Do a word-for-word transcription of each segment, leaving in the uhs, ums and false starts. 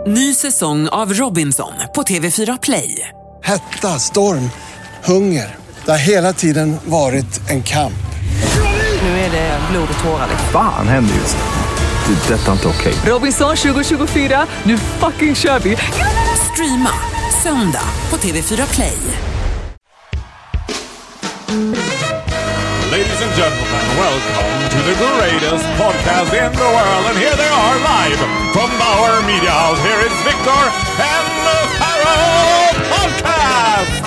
Ny säsong av Robinson på T V fyra Play. Hetta, storm, hunger. Det har hela tiden varit en kamp. Nu är det blod och tårar. Fan händer just det. Det är detta inte okej. Robinson tjugo tjugofyra, nu fucking kör vi. Streama söndag på T V fyra Play. Ladies and gentlemen, welcome to the greatest podcast in the world. And here they are live from Bauer Media House. Here is Victor and the Pharaoh Podcast.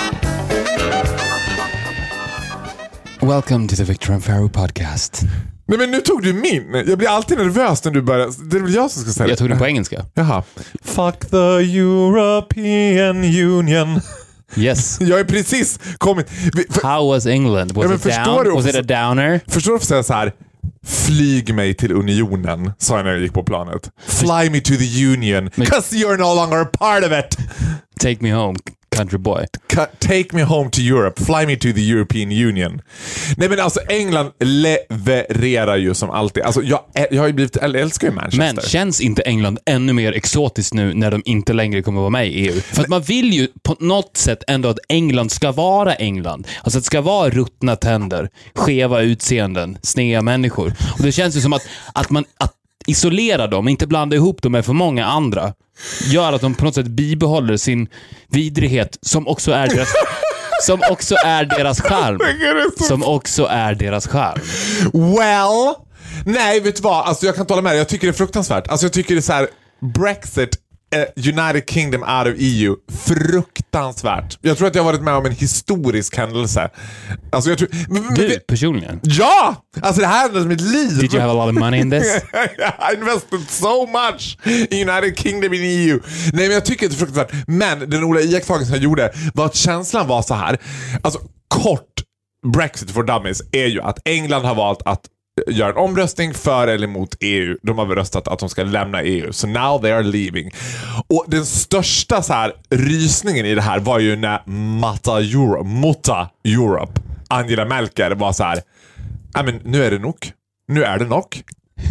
Welcome to the Victor and Pharaoh Podcast. Nej, men nu tog du min. Jag blir alltid nervös när du börjar. Det är väl jag som ska säga. Jag tog den på engelska. Jaha. Fuck the European Union. Yes. Jag är precis kommit. För, How was England? Was, ja, it, down? du, was it a downer? Förstår du att säga så här? Flyg mig till unionen, sa jag när jag gick på planet. Fly me to the union, because you're no longer a part of it. Take me home, country boy. Take me home to Europe. Fly me to the European Union. Nej, men alltså England levererar ju som alltid. Alltså jag, jag har ju blivit, jag älskar ju Manchester. Men känns inte England ännu mer exotiskt nu när de inte längre kommer vara med i E U? För att man vill ju på något sätt ändå att England ska vara England. Alltså att det ska vara ruttna tänder, skeva utseenden, sneda människor. Och det känns ju som att, att man att isolera dem, inte blanda ihop dem med för många andra, gör att de på något sätt bibehåller sin vidrighet som också är deras som också är deras charm. Som också är deras charm. Well, nej, vet du vad? Alltså jag kan tala med dig. Jag tycker det är fruktansvärt. Alltså jag tycker det är så här, Brexit, uh, United Kingdom out of E U, fruktansvärt. Jag tror att jag har varit med om en historisk händelse. Alltså jag tror men, Du, men, personligen? Ja! Alltså det här är mitt liv. Did you have a lot of money in this? I invested so much in United Kingdom in E U. Nej, men jag tycker det är fruktansvärt. Men den Ola iakttagelsen jag gjorde var att känslan var så här. Alltså kort Brexit for dummies är ju att England har valt att göra en omröstning för eller emot E U. De har röstat att de ska lämna E U. So now they are leaving. Och den största så här rysningen i det här var ju när Mata Europe, Mata Europe, Angela Merkel var så här: ja, men nu är det nog. Nu är det nog.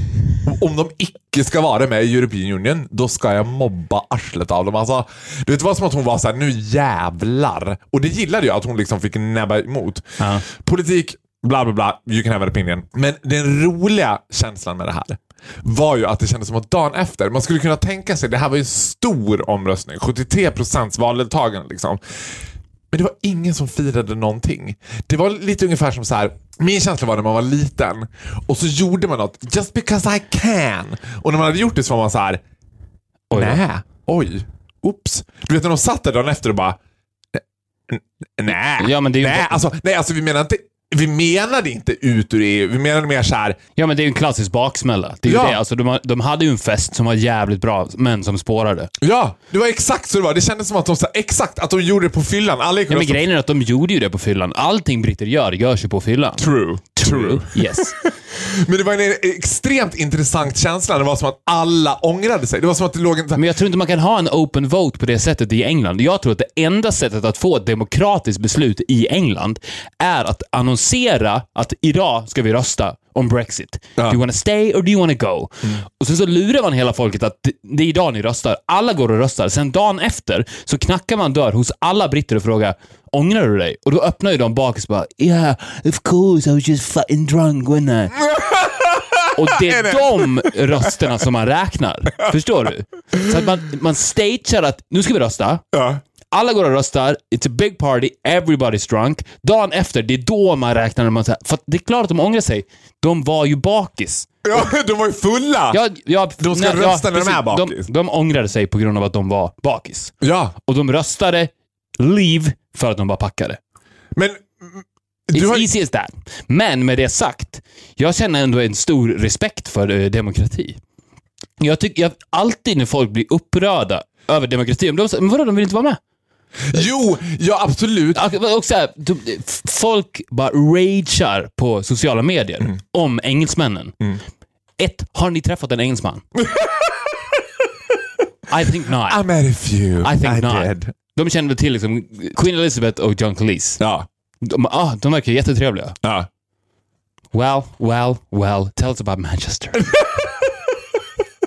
Om de icke ska vara med i European Union, då ska jag mobba arslet av dem. Alltså, det var som att hon var så här: nu jävlar. Och det gillade jag att hon liksom fick näbba emot. Uh-huh. Politik, bla bla bla, you can have an opinion. Men den roliga känslan med det här var ju att det kändes som att dagen efter, man skulle kunna tänka sig, det här var ju en stor omröstning, sjuttiotre procent valdeltagande liksom. Men det var ingen som firade någonting. Det var lite ungefär som så här. Min känsla var när man var liten och så gjorde man något just because I can. Och när man hade gjort det så var man så här: nej, oj, oops. Du vet när de satt där dagen efter och bara nej, ja, men det är ju nej, alltså, nej, alltså vi menar inte Vi menade inte ut ur E U. Vi menade mer så här. Ja, men det är ju en klassisk baksmälla. Det är ja. ju det. Alltså, de, de hade ju en fest som var jävligt bra, men som spårade. Ja, det var exakt så det var. Det kändes som att de sa exakt att de gjorde det på fyllan. Alla ja, men grejen är att de gjorde ju det på fyllan. Allting britter gör, görs ju på fyllan. True. True. Yes. Men det var en extremt intressant känsla. Det var som att alla ångrade sig. Det var som att det låg en... Men jag tror inte man kan ha en open vote på det sättet i England. Jag tror att det enda sättet att få ett demokratiskt beslut i England är att annonsera att idag ska vi rösta om Brexit. Ja. Do you want to stay or do you want to go? Mm. Och sen så lurar man hela folket att det är idag ni röstar. Alla går och röstar. Sen dagen efter så knackar man dörr hos alla britter och frågar: ångrar du dig? Och då öppnar ju de bak och bara: yeah, of course, I was just fucking drunk, wasn't I? Och det är de rösterna som man räknar. Förstår du? Så att man, man stagear att nu ska vi rösta. Ja. Alla går och röstar. It's a big party. Everybody's drunk. Dagen efter, det är då man räknar när man säger, för att det är klart att de ångrar sig. De var ju bakis. Ja, de var ju fulla. Ja, ja, de ska nej, rösta ja, när de är bakis. De, de ångrade sig på grund av att de var bakis. Ja. Och de röstade leave för att de bara packade. Men It's du har... easy as that. Men med det sagt, jag känner ändå en stor respekt för uh, demokrati. Jag tycker jag, alltid när folk blir upprörda över demokrati, de säger, men vadå, de vill inte vara med? Jo, ja absolut. Och så här, de, folk bara ragear på sociala medier mm. om engelsmännen. Mm. Ett, har ni träffat en engelsman? I think not. I met a few. I think I not. did. De kände till liksom Queen Elizabeth och John Cleese. Ja. De, ah, de verkar jättetrevliga. Ja. Well, well, well. Tell us about Manchester.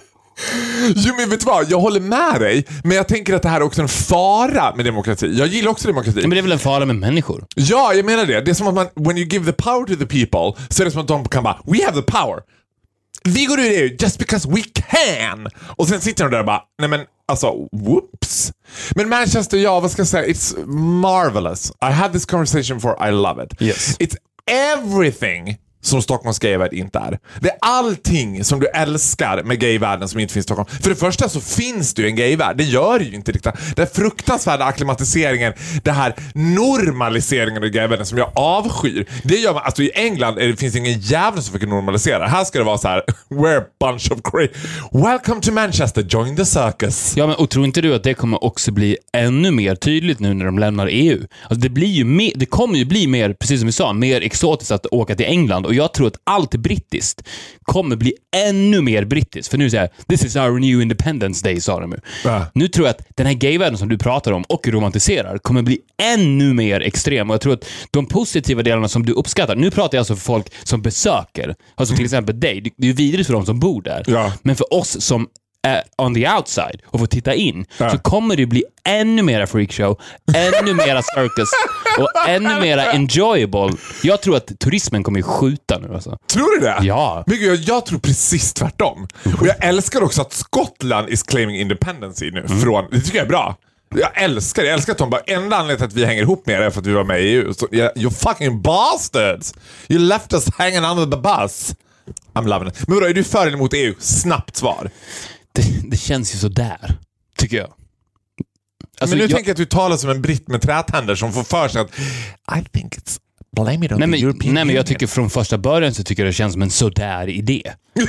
Jo, men vet du vad? Jag håller med dig, men jag tänker att det här är också en fara med demokrati. Jag gillar också demokrati. Men det är väl en fara med människor? Ja, jag menar det. Det är som att man, when you give the power to the people, så är det som att de kan bara, we have the power. Vi går ur E U just because we can. Och sen sitter de där och bara, nej men alltså, whoops. Men Manchester, ja, vad ska jag säga? It's marvelous. I had this conversation before, I love it. Yes. It's everything som Stockholms gayvärld inte är. Det är allting som du älskar med gayvärlden som inte finns i Stockholm. För det första så finns det ju en gayvärld. Det gör det ju inte riktigt. Den fruktansvärda akklimatiseringen, det här normaliseringen av gayvärlden som jag avskyr. Det gör man, alltså i England är det finns ingen jävla som försöker normalisera. Här ska det vara så här, we're a bunch of crazy. Welcome to Manchester, join the circus. Ja, men och tror inte du att det kommer också bli ännu mer tydligt nu när de lämnar E U? Alltså det blir ju mer, det kommer ju bli mer, precis som vi sa, mer exotiskt att åka till England. Och jag tror att allt brittiskt kommer bli ännu mer brittiskt. För nu säger jag, this is our new Independence Day, sa de ju. Ja. Nu tror jag att den här gayvärlden som du pratar om och romantiserar kommer bli ännu mer extrem. Och jag tror att de positiva delarna som du uppskattar, nu pratar jag alltså för folk som besöker, alltså till exempel dig, det är ju vidrigt för de som bor där. Ja. Men för oss som är on the outside och får titta in, Ja. så kommer det bli ännu mera freakshow, ännu mera circus och ännu mera enjoyable. Jag tror att turismen kommer skjuta nu alltså. Tror du det? Ja. Men jag, jag tror precis tvärtom. Och jag älskar också att Skottland is claiming independence nu. Mm. Från, det tycker jag är bra. Jag älskar det. Jag älskar att de bara, enda anledningen till att vi hänger ihop med det är för att vi var med i E U. Så, yeah, you fucking bastards! You left us hanging under the bus. I'm loving it. Men vadå, är du för eller emot E U? Snabbt svar. Det, det känns ju så där, tycker jag. Alltså, men nu jag... tänker jag att du talar som en britt med trätänder som får för sig att I think it's blame it on nej, men, the European nej, men jag Union. tycker från första början så tycker jag det känns som en sådär idé.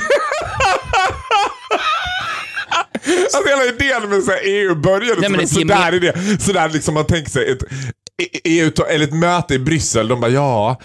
Alltså hela idén med så här, E U började nej, som en sådär men... idé. Sådär liksom man tänker sig ett, E U, eller ett möte i Bryssel. De bara, ja...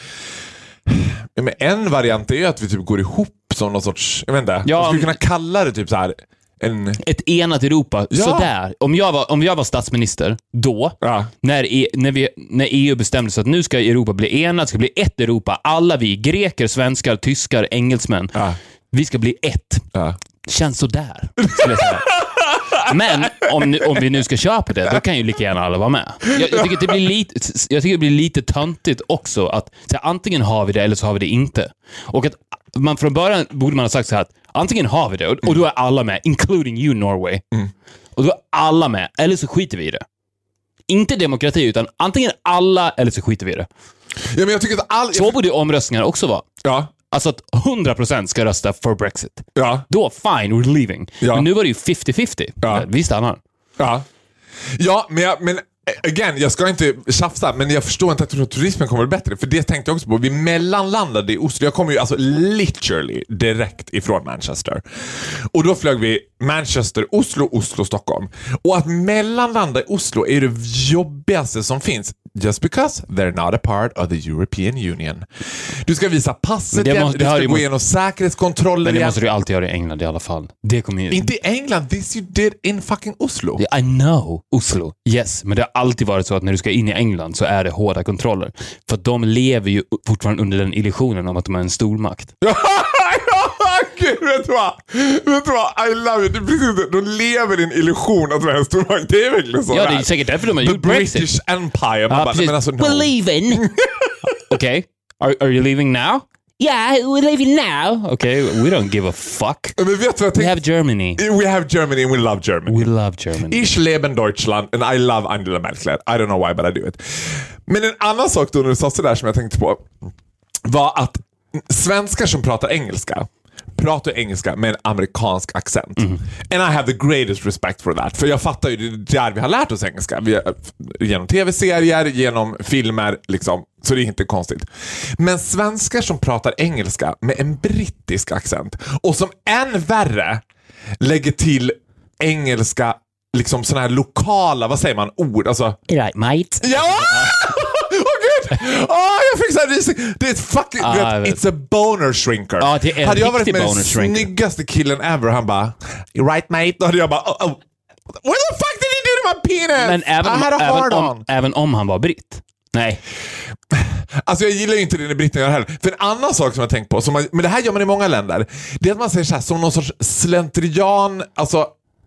Men en variant är ju att vi typ går ihop som någon sorts, jag vet inte, ja, man skulle kunna kalla det typ så här en... ett enat Europa, ja. sådär. Om jag var, om jag var statsminister då, ja. när, e, när, vi, när E U bestämde sig att nu ska Europa bli enat, ska bli ett Europa, alla vi, greker, svenskar, tyskar, engelsmän, ja. vi ska bli ett. Ja. Känns sådär, skulle jag säga. Men om, om vi nu ska köpa det, då kan ju lika gärna alla vara med. Jag, jag, tycker, att det blir lite, jag tycker det blir lite töntigt också att så här, antingen har vi det eller så har vi det inte. Och att man från början borde man ha sagt så här att antingen har vi det och, och då är alla med, including you Norway. Mm. Och då är alla med, eller så skiter vi i det. Inte demokrati, utan antingen alla eller så skiter vi i det. Ja, men jag tycker att all... Så borde omröstningar också vara. Ja. Alltså att hundra procent ska rösta för Brexit. Ja. Då, fine, we're leaving. Ja. Men nu var det ju fifty fifty. Ja. Vi stannar. Ja, ja men, jag, men again, jag ska inte tjafsa, men jag förstår inte att turismen kommer bli bättre. För det tänkte jag också på. Vi mellanlandade i Oslo. Jag kommer ju alltså literally direkt ifrån Manchester. Och då flög vi Manchester, Oslo, Oslo, Stockholm. Och att mellanlanda i Oslo är det jobbigaste som finns. Just because they're not a part of the European Union. Du ska visa passet igen, måste, du ska gå måste, igenom säkerhetskontroller men det igen. måste du alltid göra i England i alla fall. Det kommer ju... Inte i England, this you did in fucking Oslo. I know, Oslo. Yes, men det har alltid varit så att när du ska in i England så är det hårda kontroller. För att de lever ju fortfarande under den illusionen om att de är en stormakt. Gud, vet du vad? Vet du vad? I love it. Det är precis det. De lever i en illusion att de är en stormakt. Det är verkligen så. Ja, där. det är säkert därför de har The gjort Brexit. British Empire. Man Ja, bara, nej, men alltså, no. We're leaving. Okay. Are, are you leaving now? Yeah, we're leaving now. Okay, we don't give a fuck. Men vet du vad jag We tänkte? have Germany. We have Germany and we love Germany. We love Germany. Ich leben Deutschland and I love Angela Merkel. I don't know why, but I do it. Men en annan sak då när du sa sådär som jag tänkte på var att svenskar som pratar engelska pratar engelska med en amerikansk accent. Mm. And I have the greatest respect for that. För jag fattar ju, det där vi har lärt oss engelska. Vi, genom tv-serier, genom filmer, liksom. Så det är inte konstigt. Men svenskar som pratar engelska med en brittisk accent och som än värre lägger till engelska, liksom såna här lokala, vad säger man, ord. Alltså, right, mate. ja! Åh, oh, jag fick så här rysning. Det är ett fucking... Ah, vet, it's a boner shrinker. Ja, det är en hade jag varit riktig med den boner shrinker. snyggaste killen ever, han bara, you right mate? Då hade jag bara, oh, oh. What the fuck did he do to my penis? Men även, I had a även, hard om, on. även om han var britt Nej. Alltså jag gillar ju inte det när britterna gör heller. För en annan sak som jag tänkt på, som man, men det här gör man i många länder, det är att man säger så här, som någon sorts slentrian, alltså,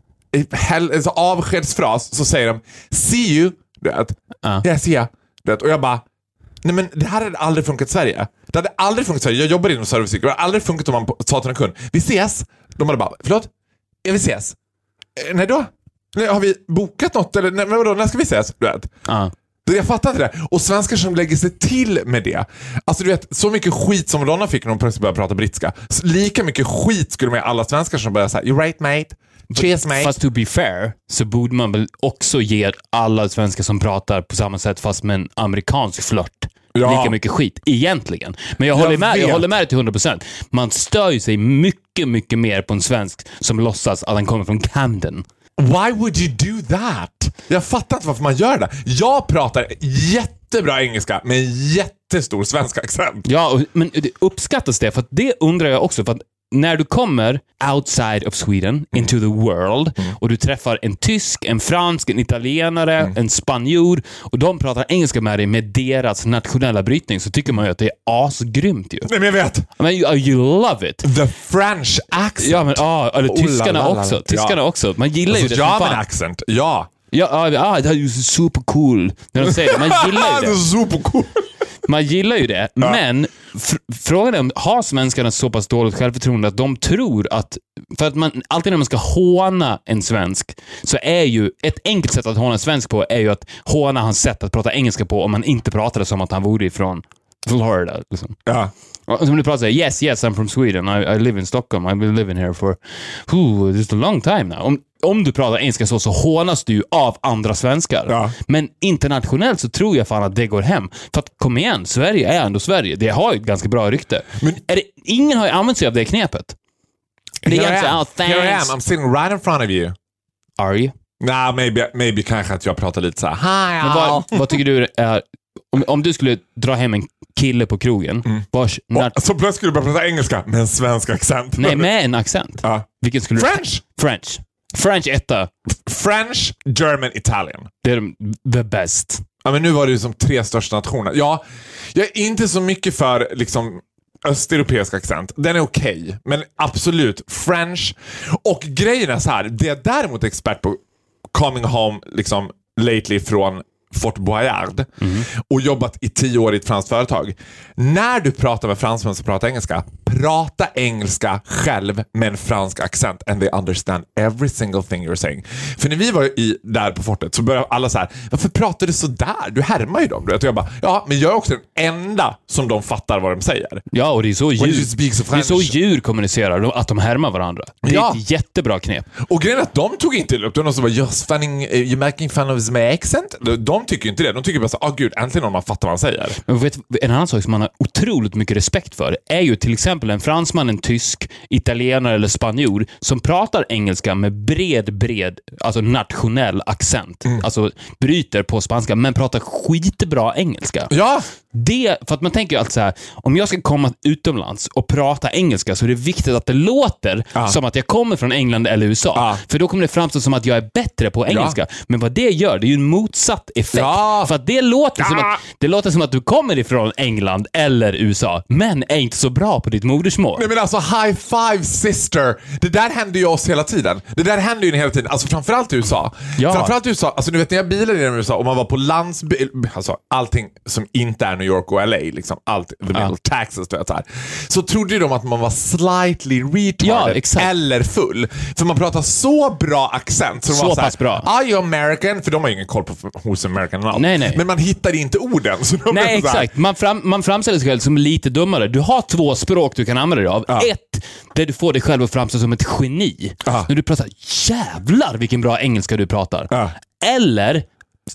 hell, alltså avskedsfras, så säger de see you, du vet. Uh. Ja, see ya, du vet. Och jag bara, nej men det här hade aldrig funkat i Sverige. Det hade aldrig funkat i Sverige. Jag jobbar inom service. Det hade aldrig funkat om man sa till en kund, vi ses. De hade bara, förlåt? Ja, vi ses. Eh, nej då? Nej, har vi bokat något? Eller nej, men vadå, när ska vi ses? Du vet. Uh. Jag fattar inte det. Och svenskar som lägger sig till med det. Alltså du vet, så mycket skit som Donna fick när hon plötsligt började prata brittiska. Lika mycket skit skulle med alla svenskar som börjar säga, you right mate? Cheers mate. Fast to be fair så borde man väl också ge alla svenskar som pratar på samma sätt fast med en amerikansk flört. Ja. Lika mycket skit, egentligen. Men jag, jag håller med, jag håller med dig till hundra procent. Man stör ju sig mycket, mycket mer på en svensk som låtsas att han kommer från Camden. Why would you do that? Jag fattar inte varför man gör det. Jag pratar jättebra engelska med en jättestor svensk accent. Ja, men det uppskattas det, för att det undrar jag också, för att när du kommer outside of Sweden into the world mm. och du träffar en tysk, en fransk, en italienare, mm. en spanjor och de pratar engelska med dig med deras nationella brytning, så tycker man ju att det är asgrymt ju. Nej, men jag vet. Men you, you love it. The French accent. Ja, men ja, eller oh, tyskarna la, la, la. också. Tyskarna ja. också. Man gillar alltså, ju det. German accent. Ja. Ja, ja, det är ju super cool när de säger det. Man gillar ju det. Super cool. Man gillar ju det, ja. Men fr- frågan är om har svenskarna så pass dåligt självförtroende att de tror att, för att man alltid när man ska håna en svensk, så är ju ett enkelt sätt att håna en svensk på är ju att håna hans sätt att prata engelska på om man inte pratade som att han vore ifrån Florida liksom. Ja. Och som du pratar säger, yes, yes, I'm from Sweden, I, I live in Stockholm, I've been living here for ooh, just a long time now. Om, om du pratar engelska så, så hånas du av andra svenskar. Ja. Men internationellt så tror jag fan att det går hem. För att kom igen, Sverige är ändå Sverige. Det har ju ett ganska bra rykte. Men, är det, ingen har ju använt sig av det knepet. Det here, är I am. oh, thanks. Here I am, I'm sitting right in front of you. Are you? Nah, maybe, maybe kanske att jag pratar lite så här. Hi, men vad, vad tycker du är... Om, om du skulle dra hem en kille på krogen mm. vars... Nat- och, så plötsligt skulle du börja prata engelska med en svensk accent. Nej, med en accent. Ja. Vilken skulle French! Du... French. French etta. French, German, Italian. Det är de, the best. Ja, men nu var det ju som tre största nationer. Ja, jag är inte så mycket för liksom östeuropeisk accent. Den är okej, okay, men absolut French. Och grejen är så här, det är däremot expert på coming home liksom lately från Fort Boyard mm. och jobbat i tio år i ett franskt företag. När du pratar med fransmän som pratar engelska, prata engelska själv med en fransk accent and they understand every single thing you're saying. För när vi var i, där på fortet så började alla så här, varför pratar du så där? Du härmar ju dem. Och jag bara, ja, men jag är också den enda som de fattar vad de säger. Ja, och det är så djur, det är så djur kommunicerar, att de härmar varandra. Det är ja. ett jättebra knep. Och grejen är att de tog inte upp det. De som var, you're, funning, you're making fun of my accent. De tycker inte det. De tycker bara så, åh oh, gud, äntligen någon man fattar vad han säger. Men vet, en annan sak som man har otroligt mycket respekt för är ju till exempel en fransman, en tysk, italienare eller spanjor som pratar engelska med bred, bred, alltså nationell accent. Mm. Alltså bryter på spanska, men pratar skitbra engelska. Ja! Det, för att man tänker ju alltid så här, om jag ska komma utomlands och prata engelska så är det viktigt att det låter ah. som att jag kommer från England eller U S A. Ah. För då kommer det framstå som att jag är bättre på engelska. Ja. Men vad det gör, det är ju en motsatt effekt. Ja. För att det låter, ja. som att, det låter som att du kommer ifrån England eller U S A, men är inte så bra på ditt modersmål. Nej, men alltså, high five sister. Det där händer ju oss hela tiden. Det där händer ju hela tiden. Alltså framförallt i U S A. Ja. Framförallt i U S A. Alltså du vet när jag bilade i U S A och man var på landsby... Alltså allting som inte är New York och L A, liksom allt, the middle ja. taxes, du vet så här. Så trodde ju de att man var slightly retarded ja, eller full. För man pratar så bra accent. Så, så var så här, pass bra. Are you American? För de har ju ingen koll på who's American och allt. Nej, nej. Men man hittar inte orden. Så de nej, exakt. Man, fram, man framställer sig själv som lite dummare. Du har två språk du kan använda dig av. Ja. Ett, där du får dig själv att framstå som ett geni. Ja. När du pratar, jävlar vilken bra engelska du pratar. Ja. Eller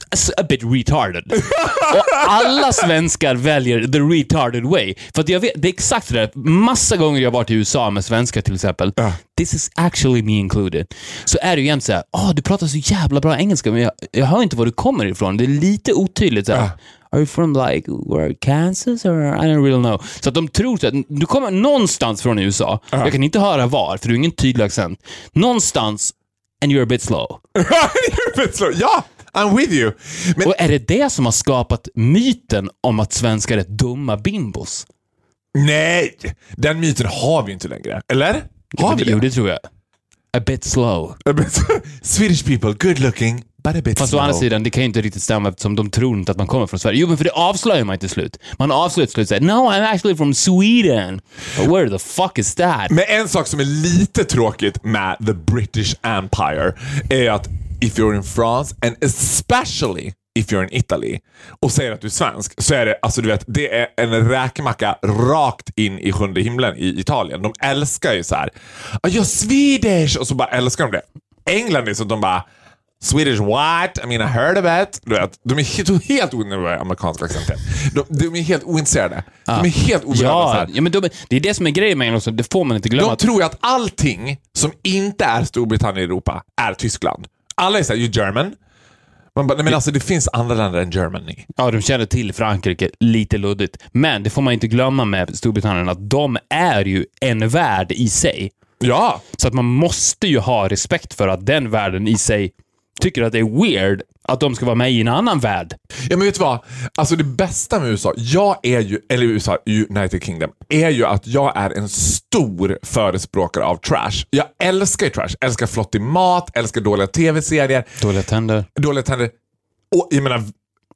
a bit retarded. Och alla svenskar väljer the retarded way. För att jag vet, det är exakt det där. Massa gånger jag har varit i U S A med svenskar till exempel. Uh. This is actually me included. Så är det ju jämt så här, åh, oh, du pratar så jävla bra engelska, men jag, jag hör inte var du kommer ifrån. Det är lite otydligt så här. Uh. Are you from like where, Kansas or I don't really know. Så att de tror att du kommer någonstans från U S A. Uh. Jag kan inte höra var, för du har ingen tydlig accent. Någonstans and you're a bit slow. You're a bit slow. Ja. I'm with you. Men... Och är det det som har skapat myten om att svenskar är dumma bimbos? Nej, den myten har vi inte längre. Eller? Har vi det? Jo, det tror jag. A bit slow. A bit... Swedish people, good looking, but a bit Fast slow. å andra sidan, det kan ju inte riktigt stämma eftersom de tror inte att man kommer från Sverige. Jo, men för det avslöjar man till slut. Man avslöjar till slut och säger, no, I'm actually from Sweden. Where the fuck is that? Men en sak som är lite tråkigt med the British Empire är att if you're in France and especially if you're in Italy och säger att du är svensk, så är det, alltså du vet, det är en räkmacka rakt in i sjunde himlen i Italien. De älskar ju så här, you're Swedish, och så bara älskar de det. England är så att de bara, Swedish what? I mean, I heard of it. Du vet, de är helt, helt ointresserade amerikanska accenten. De, de är helt ointresserade. De är helt ointresserade. Ja, ja, men de, det är det som är grejen med England, det får man inte glömma. De tror ju att allting som inte är Storbritannien i Europa är Tyskland. Alla är så här, you German. Man bara, nej men alltså det finns andra länder än Germany. Ja, de känner till Frankrike lite luddigt. Men det får man inte glömma med Storbritannien, att de är ju en värld i sig. Ja. Så att man måste ju ha respekt för att den världen i sig tycker att det är weird att de ska vara med i en annan värld. Ja, men vet du vad? Alltså det bästa med U S A, jag är ju, eller U S A, United Kingdom, är ju att jag är en stor förespråkare av trash. Jag älskar ju trash. Älskar flottig mat, älskar dåliga tv-serier. Dåliga tänder. Dåliga tänder. Och jag menar,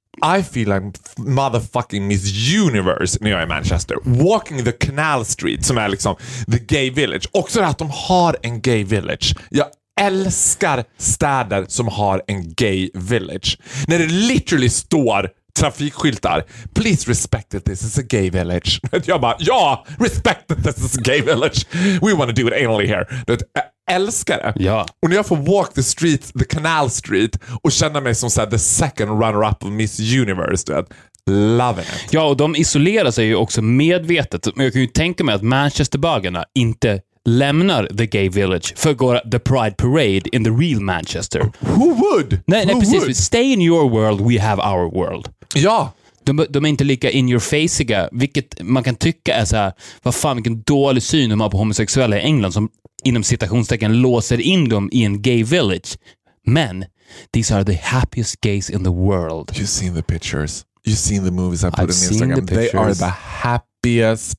I feel like motherfucking Miss Universe när jag är i Manchester. Walking the Canal Street, som är liksom the gay village. Också det att de har en gay village. Jag älskar städer som har en gay village. När det literally står trafikskyltar, please respect that this is a gay village. Jag bara, ja, respect that this is a gay village. We want to do it anally here. Jag älskar det. Ja. Och när jag får walk the street, the Canal Street, och känna mig som så här, the second runner-up of Miss Universe, du vet. Loving it. Ja, och de isolerar sig ju också medvetet. Men jag kan ju tänka mig att Manchesterbögarna inte lämnar the gay village för att gå the Pride Parade in the real Manchester. Who would? Nej, nej Who precis. would? Stay in your world, we have our world. Ja. De, de är inte lika in your faceiga, vilket man kan tycka är så här, vad fan vilken dålig syn de har på homosexuella i England som inom citationstecken låser in dem i en gay village. Men these are the happiest gays in the world. You've seen the pictures. You've seen the movies I put I've on Instagram. the They are the happiest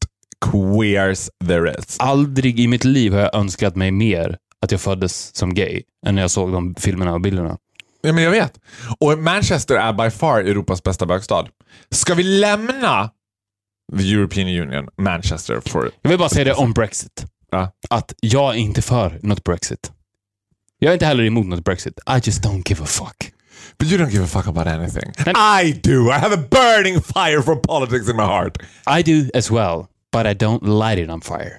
queers there is. Aldrig i mitt liv har jag önskat mig mer att jag föddes som gay än när jag såg de filmerna och bilderna. Ja, men jag vet. Och Manchester är by far Europas bästa bögstad. Ska vi lämna the European Union, Manchester, for... Jag vill bara säga det om Brexit. Ja. Att jag är inte för något Brexit. Jag är inte heller emot något Brexit. I just don't give a fuck. But you don't give a fuck about anything. And I do. I have a burning fire for politics in my heart. I do as well, but I don't light it on fire.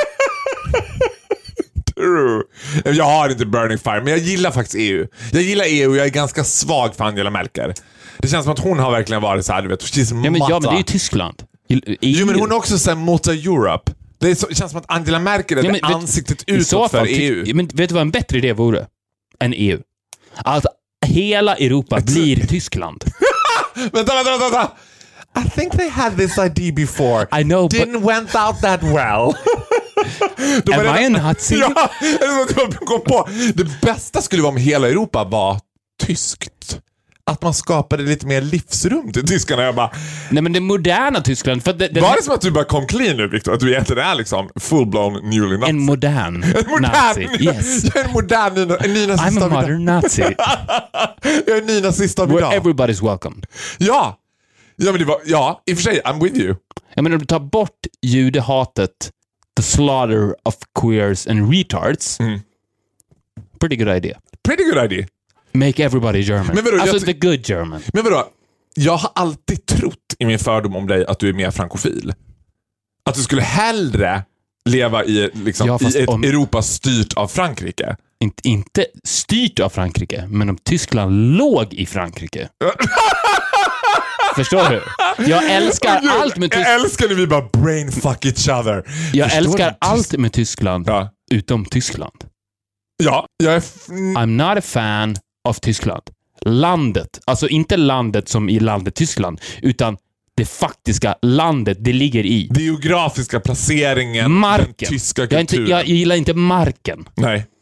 True. Jag har inte burning fire, men jag gillar faktiskt E U. Jag gillar E U och jag är ganska svag för Angela Merkel. Det känns som att hon har verkligen varit så här, du vet, ja, men, ja, men det är ju Tyskland. E U. Jo, men hon är också så här mot Europe. Det, är så, det känns som att Angela Merkel är ja, men, det ansiktet vet, utåt för E U. Men vet du vad en bättre idé vore än E U? Att hela Europa blir Tyskland. vänta, vänta, vänta. I think they had this idea before. I know, Didn't but... went out that well. Am I a Nazi? Ja, kom på. Det bästa skulle vara om hela Europa var tyskt. Att man skapade lite mer livsrum till tyskarna. Jag bara, nej, men det moderna Tyskland. För det, det, var det som att du bara kom clean nu, Victor? Att du egentligen är liksom full-blown newly nazi? En modern, en modern nazi. Yes. Jag är en modern ny, en ny nazist. I'm a modern nazi. Jag är en ny nazist av idag. idag. Where everybody's welcome. Ja. Ja, men det var, ja, i och för sig, I'm with you. Jag menar, om du tar bort judehatet, the slaughter of queers and retards. Mm. Pretty good idea. Pretty good idea. Make everybody German. Men vadå, alltså the good German. Men vadå? Jag har alltid trott i min fördom om dig att du är mer frankofil. Att du skulle hellre leva i, liksom, ja, i ett om... Europa styrt av Frankrike. Inte, inte styrt av Frankrike, men om Tyskland låg i Frankrike. Förstår du? Jag älskar oh, allt med Tyskland. Jag älskar när vi bara brain fuck each other. Jag Förstår älskar du? allt med Tyskland, ja. Utom Tyskland. Ja, jag är... F- I'm not a fan of Tyskland. Landet, alltså inte landet som i landet Tyskland, utan det faktiska landet det ligger i. Det geografiska placeringen, marken. Den tyska kulturen. Jag, inte, jag gillar inte marken. Nej.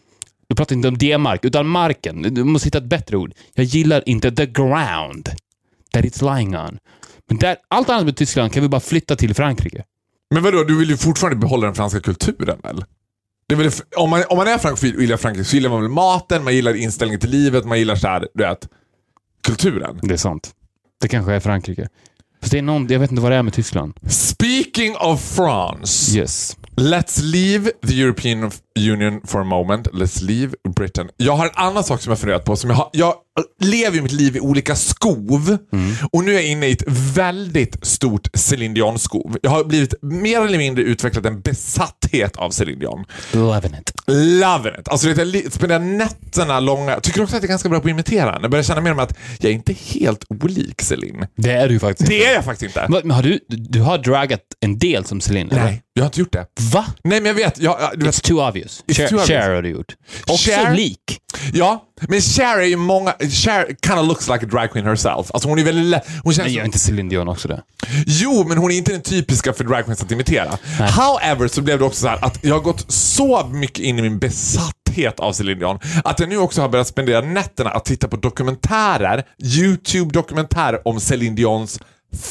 Du pratar inte om D-mark, utan marken. Du måste hitta ett bättre ord. Jag gillar inte the ground that it's lying on. Men där, allt annat med Tyskland kan vi bara flytta till Frankrike. Men vadå, du vill ju fortfarande behålla den franska kulturen väl? Det är väl, om, man, om man är frankofil och gillar Frankrike så gillar man väl maten, man gillar inställningen till livet, man gillar så här, du vet, kulturen. Det är sant. Det kanske är Frankrike. Fast det är någon, jag vet inte vad det är med Tyskland. Speaking of France. Yes. Let's leave the European Union for a moment. Let's leave Britain. Jag har en annan sak som jag funderat på. Som jag, har, jag lever ju mitt liv i olika skov. Mm. Och nu är jag inne i ett väldigt stort Céline Dion-skov. Jag har blivit mer eller mindre utvecklat en besatthet av Céline Dion. Loving it. Loving it. Alltså jag spenderar nätterna långa. Jag tycker också att jag är ganska bra på att imitera. Jag börjar känna mer om att jag är inte helt olik Céline. Det är du faktiskt Det inte. är jag faktiskt inte. Men har du, du har dragat en del som Céline? Nej, eller? jag har inte gjort det. Va? Nej, men jag vet. Jag, jag, du vet It's too obvious. It's Cher, too obvious. Cher har du gjort. Också Cher? lik. Ja, men Cher är ju många... Cher kind of looks like a drag queen herself. Alltså hon är väldigt lätt... Hon känns Men gör inte Céline Dion också det? Jo, men hon är inte den typiska för drag queens att imitera. Nej. However så blev det också så här att jag har gått så mycket in i min besatthet av Céline Dion att jag nu också har börjat spendera nätterna att titta på dokumentärer, YouTube-dokumentärer om Céline Dions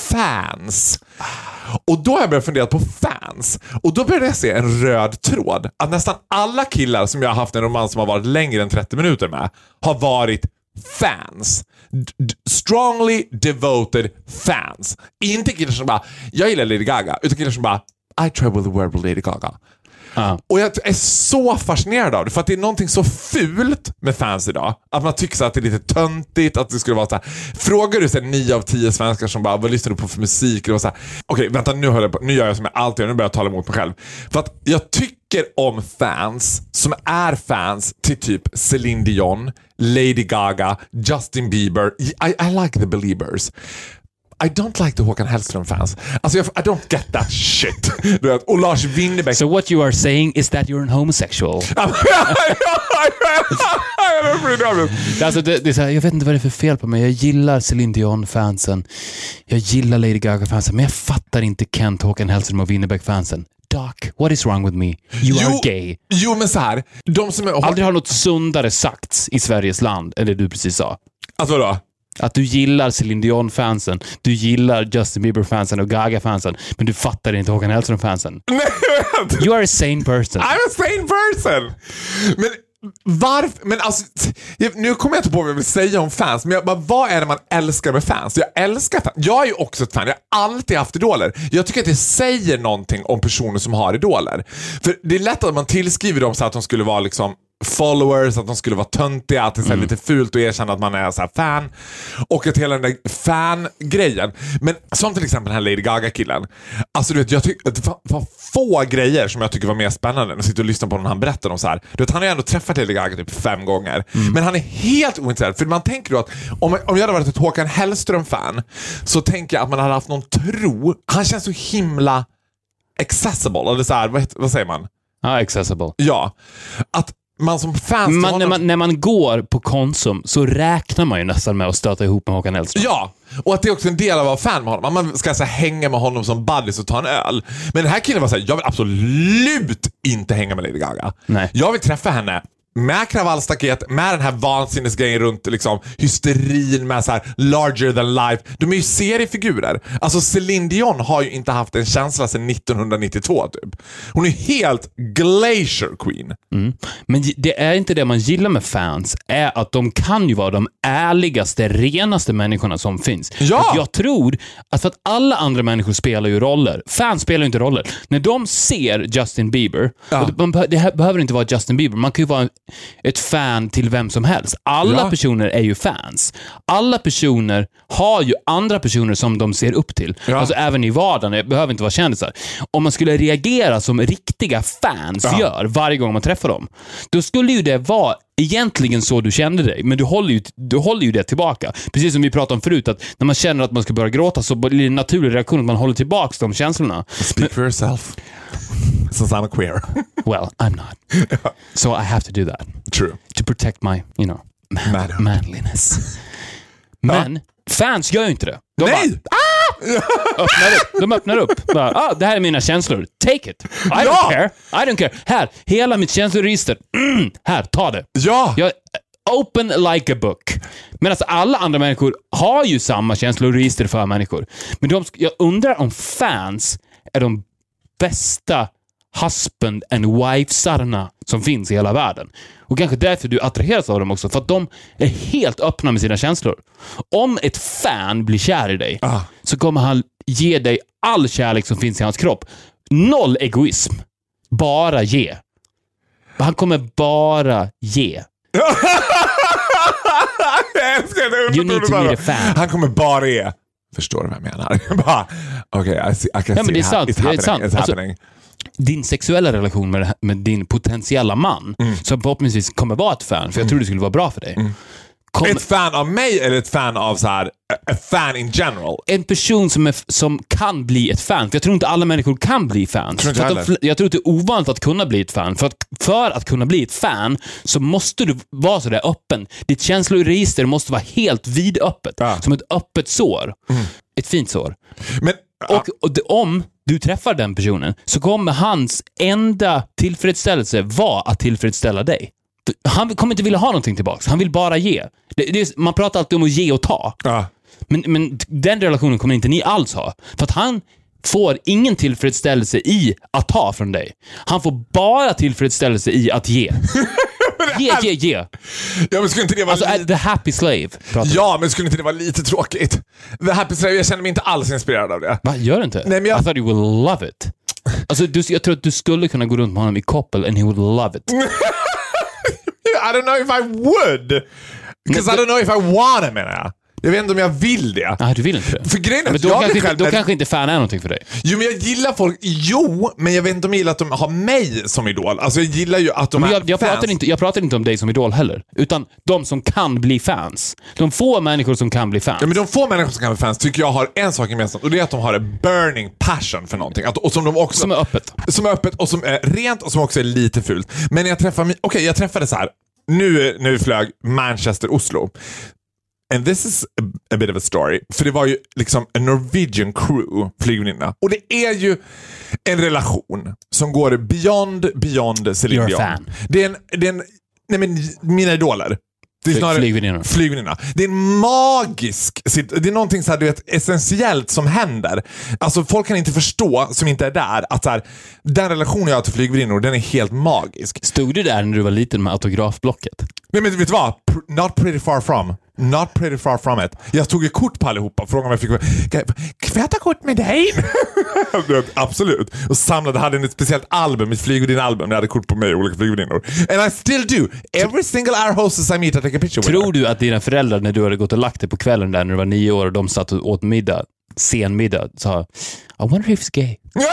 fans. Och då har jag börjat fundera på fans. Och då började jag se en röd tråd. Att nästan alla killar som jag har haft en romans som har varit längre än trettio minuter med har varit fans. D- strongly devoted fans. Inte killar som bara, jag gillar Lady Gaga. Utan killar som bara, I travel the world with Lady Gaga. Uh. Och jag är så fascinerad av det. För att det är någonting så fult med fans idag. Att man tycker så att det är lite töntigt. Att det skulle vara så här. Frågar du så här, nio av tio svenskar som bara, vad lyssnar du på för musik? Och så här. Okej, vänta, nu, jag på, nu gör jag som jag alltid gör. Nu börjar jag tala emot mig själv. För att jag tycker om fans som är fans till typ Céline Dion, Lady Gaga, Justin Bieber. I, I like the Beliebers. I don't like the Håkan Hellström-fans. Alltså, jag, I don't get that shit. Du vet, och Lars Winnerbäck... So what you are saying is that you're an homosexual. alltså, det, det är så här, jag vet inte vad det är för fel på mig. Jag gillar Céline Dion-fansen. Jag gillar Lady Gaga-fansen. Men jag fattar inte Kent, Håkan Hellström och Winnerbäck-fansen. Doc, what is wrong with me? You jo, are gay. Jo, men så här. De som är... Aldrig har något sundare sagts i Sveriges land, eller du precis sa. Alltså då? Att du gillar Céline Dion-fansen, du gillar Justin Bieber-fansen och Gaga-fansen, men du fattar inte Håkan Hellström-fansen. Nej, you are a sane person. I'm a sane person! Men varför? Men alltså, nu kommer jag inte på vad jag vill säga om fans, men jag, bara, vad är det man älskar med fans? Jag älskar fans. Jag är ju också ett fan. Jag har alltid haft idoler. Jag tycker att det säger någonting om personer som har idoler. För det är lätt att man tillskriver dem så att de skulle vara liksom followers, att de skulle vara töntiga, att det är så här lite fult att erkänna att man är så här fan, och att hela den där fan-grejen. Men som till exempel den här Lady Gaga-killen. Alltså du vet, jag tycker det var, var få grejer som jag tycker var mer spännande än att sitta och lyssna på när han berättar om så här. Du vet, han har ju ändå träffat Lady Gaga typ fem gånger. Mm. Men han är helt ointresserad. För man tänker då att om, om jag hade varit ett Håkan Hellström-fan så tänker jag att man hade haft någon tro. Han känns så himla accessible, eller så här, vad, vad säger man? Ja, ah, accessible. Ja. Att man som fans... Man, honom... när, man, när man går på Konsum så räknar man ju nästan med att stöta ihop med Håkan Hellström. Ja, och att det är också en del av att vara fan med honom. Man ska så här, hänga med honom som buddies och ta en öl. Men den här killen var så här, jag vill absolut inte hänga med Lady Gaga. Nej. Jag vill träffa henne med kravallstaket, med den här vansinnesgrejen runt liksom hysterin, med så här larger than life. De är ju seriefigurer. Alltså Céline Dion har ju inte haft en känsla sedan nittonhundranittiotvå typ. Hon är helt glacier queen. Mm. Men det är inte det man gillar med fans, är att de kan ju vara de ärligaste, renaste människorna som finns. Ja. Att jag tror att för att alla andra människor spelar ju roller. Fans spelar ju inte roller. När de ser Justin Bieber, ja. och det, det behöver inte vara Justin Bieber, man kan ju vara en ett fan till vem som helst. Alla ja. personer är ju fans. Alla personer har ju andra personer som de ser upp till. Ja. Alltså även i vardagen, det behöver inte vara kändisar. Om man skulle reagera som riktiga fans ja. gör varje gång man träffar dem, då skulle ju det vara egentligen så du kände dig, men du håller ju, du håller ju det tillbaka. Precis som vi pratade om förut, att när man känner att man ska börja gråta så blir det en naturlig reaktion att man håller tillbaka de känslorna. Speak men, for yourself. Since I'm a queer. Well, I'm not. So I have to do that. True. To protect my, you know, man- manliness. Men ja. fans gör ju inte det. De Nej! Bara, ah! öppnar upp. De öppnar upp. Bara, ah, det här är mina känslor. Take it. I don't Ja. care. I don't care. Här, hela mitt känsloregister. Mm, här, ta det. Ja. Jag, open like a book. Men alltså alla andra människor har ju samma känsloregister för människor. Men de, jag undrar om fans är de bästa husband and wifesarna som finns i hela världen. Och kanske därför du attraheras av dem också. För att de är helt öppna med sina känslor. Om ett fan blir kär i dig Ah. så kommer han ge dig all kärlek som finns i hans kropp. Noll egoism. Bara ge. Han kommer bara ge. Jag älskar det. You need to meet a fan. Han kommer bara ge. Förstår du vad jag menar? Bara, okej, okay, I, see, I can Ja, men see det är it. sant. It's Det är happening. sant. It's Alltså, happening. din sexuella relation med, med din potentiella man Mm. som förhoppningsvis kommer vara ett fan, för jag tror det skulle vara bra för dig. Kommer, Ett fan av mig eller ett fan av så här, a fan in general? en person som, är, som kan bli ett fan, för jag tror inte alla människor kan bli fans. Tror inte För att de, heller. jag tror att det är ovanligt att kunna bli ett fan. För att, för att kunna bli ett fan så måste du vara så där öppen. Ditt känsloregister måste vara helt vidöppet. Ja. Som ett öppet sår. Ett fint sår. Men, Och, och det, om du träffar den personen så kommer hans enda tillfredsställelse vara att tillfredsställa dig. Han kommer inte vilja ha någonting tillbaka. Han vill bara ge. Det, det är, man pratar alltid om att ge och ta. ja. Men, men den relationen kommer inte ni alls ha. För att han får ingen tillfredsställelse i att ta från dig. Han får bara tillfredsställelse i att ge. Ge, ge, ge. Ja, men skulle inte det vara Alltså, lite... the happy slave. pratar vi. Ja, men skulle inte det vara lite tråkigt? The Happy Slave, jag känner mig inte alls inspirerad av det. Va, gör det inte? Nej, men jag- I thought you would love it. Alltså, du, jag tror att du skulle kunna gå runt med honom i koppel and he would love it. I don't know if I would. Because I don't know if I wanna, menar jag. Jag vet inte om jag vill det. Nej, du vill inte det. För grejen är Men att då, jag kanske, är inte, själv... då kanske inte fan är någonting för dig. Jo, men jag gillar folk... Jo, men jag vet inte om jag gillar att de har mig som idol. Alltså, jag gillar ju att de Men är jag, jag, fans. pratar inte, jag pratar inte om dig som idol heller. Utan de som kan bli fans. De få människor som kan bli fans. Ja, men de få människor som kan vara fans tycker jag har en sak gemensamt. Och det är att de har en burning passion för någonting. Att, och som de också... Som är öppet. Som är öppet och som är rent och som också är lite fult. Men när jag träffar... Okej, okay, jag träffade så här. Nu när vi flög Manchester-Oslo. And this is a, a bit of a story. För det var ju liksom en Norwegian crew flygvärdinna. Och det är ju en relation som går beyond, beyond Celine You're a Dion. fan. Det är en... Det är en nej men, mina idoler. Det är Fly- snarare- flygvärdinna. Flygvärdinna. Det är en magisk... Det är någonting så här, du vet, essentiellt som händer. Alltså folk kan inte förstå, som inte är där, att så här, den relationen jag har till flygvärdinnor, den är helt magisk. Stod du där när du var liten med autografblocket? Men, men vet du vad? Pr- not pretty far from. Not pretty far from it. Jag tog ju kort på allihopa och frågade om jag fick... Kan kan jag ta kort med dig? Absolut. Och samlade, hade ett speciellt album, ett flygvärdinalbum. Jag hade kort på mig och olika flygvärdinnor. And I still do. Every single air hostess I meet I take a picture with Tror her. du att dina föräldrar, när du hade gått och lagt dig på kvällen där när du var nio år och de satt och åt middag, sen middag, sa I wonder if he's gay.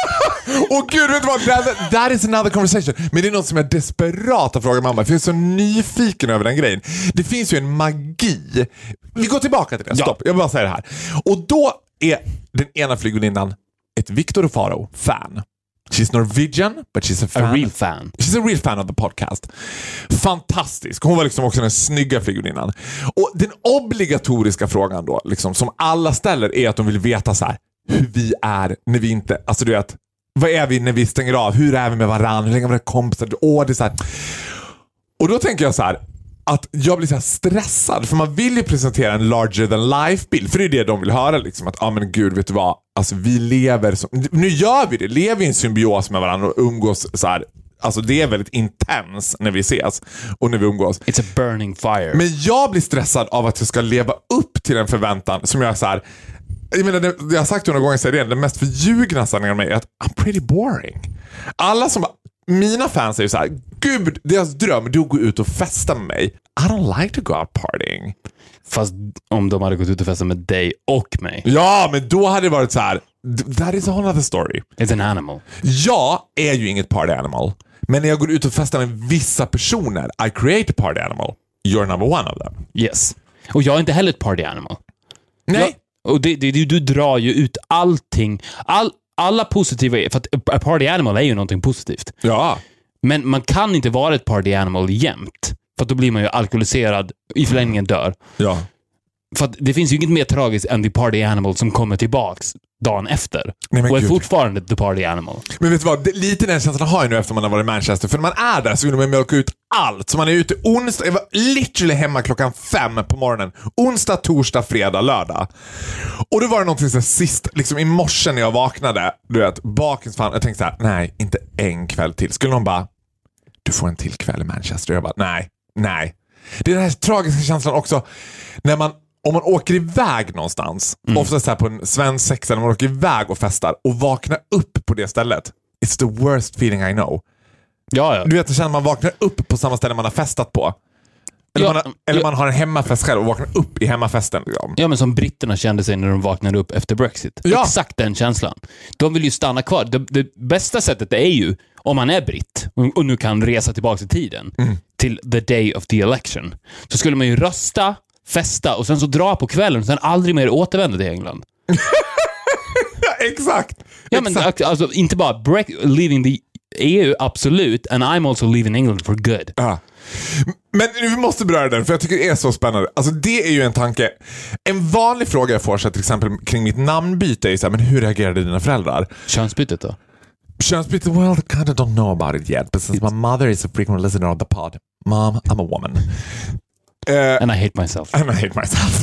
Och gud, vet du vad? That, that is another conversation. Men det är något som jag desperat har frågat mamma. För jag är så nyfiken över den grejen. Det finns ju en magi. Vi går tillbaka till det. Ja. Stopp, jag vill bara säga det här. Och då är den ena flygvärdinnan ett Victor Faro fan. She's Norwegian, but she's a fan. A real fan. She's a real fan of the podcast. Fantastisk. Hon var liksom också den snygga flygvärdinnan. Och den obligatoriska frågan då, liksom, som alla ställer, är att de vill veta så här, hur vi är när vi inte... Alltså du vet, vad är vi när vi stänger av? Hur är vi med varandra? Hur länge var det kompisar? Åh, det är så här. Och då tänker jag så här, att jag blir så här stressad, för man vill ju presentera en larger than life bild, för det är det de vill höra liksom, att ja ah, men gud, vet du vad, alltså vi lever som, nu gör vi det, lever i en symbios med varandra och umgås så här. Alltså det är väldigt intens när vi ses och när vi umgås. It's a burning fire. Men jag blir stressad av att jag ska leva upp till en förväntan som jag så här. Jag menar, det, jag har sagt några gånger sedan, den mest förljugna sanningen av mig är att I'm pretty boring. Alla som, mina fans är ju så här, gud, deras dröm, du går ut och festa med mig. I don't like to go out partying. Fast om de hade gått ut och festat med dig och mig. Ja, men då hade det varit så här, that is a whole other story. It's an animal. Jag är ju inget party animal. Men när jag går ut och festar med vissa personer, I create a party animal. You're number one of them. Yes. Och jag är inte heller ett party animal. Nej. Jag, och det, det, du, du drar ju ut allting. All, alla positiva... För att a party animal är ju någonting positivt. Ja. Men man kan inte vara ett party animal jämt. För att då blir man ju alkoholiserad, i förlängningen dör. Ja. För att det finns ju inget mer tragiskt än The Party Animal som kommer tillbaks dagen efter. Nej, men och är Gud. fortfarande The Party Animal. Men vet du vad, det, lite den känslan har jag nu efter man har varit i Manchester. För när man är där så vill man mjölka ut allt. Så man är ute onsdag, jag var literally hemma klockan fem på morgonen. Onsdag, torsdag, fredag, lördag. Och då var det någonting så här, sist, liksom i morse när jag vaknade, du vet, bakens fan, jag tänkte så här: nej, inte en kväll till. Skulle någon bara, du får en till kväll i Manchester. Jag bara, nej, nej. Det är den här tragiska känslan också när man, om man åker iväg någonstans, mm. ofta så här på en svensk sexa, när man åker iväg och festar och vaknar upp på det stället. It's the worst feeling I know. Ja, ja. Du vet, att man vaknar upp på samma ställe man har festat på. Eller, ja, man, har, eller ja. man har en hemmafest själv och vaknar upp i hemmafesten. Liksom. Ja, men som britterna kände sig när de vaknade upp efter Brexit. Ja. Exakt den känslan. De vill ju stanna kvar. Det, det bästa sättet är ju, om man är britt och nu kan resa tillbaka i tiden, mm. till the day of the election, så skulle man ju rösta, festa och sen så dra på kvällen och sen aldrig mer återvända till England. Ja, exakt. Ja, men exakt. Alltså, inte bara break, leaving the E U, absolut, and I'm also leaving England for good. Ja. Men vi måste beröra den, för jag tycker det är så spännande. Alltså det är ju en tanke. En vanlig fråga jag får så till exempel kring mitt namnbyte är ju så här, men hur reagerade dina föräldrar? Könsbytet då? Könsbyte, well, I kind of don't know about it yet, but since my mother is a frequent listener of the pod, Mom, I'm a woman. Uh, and I hate myself. And I hate myself.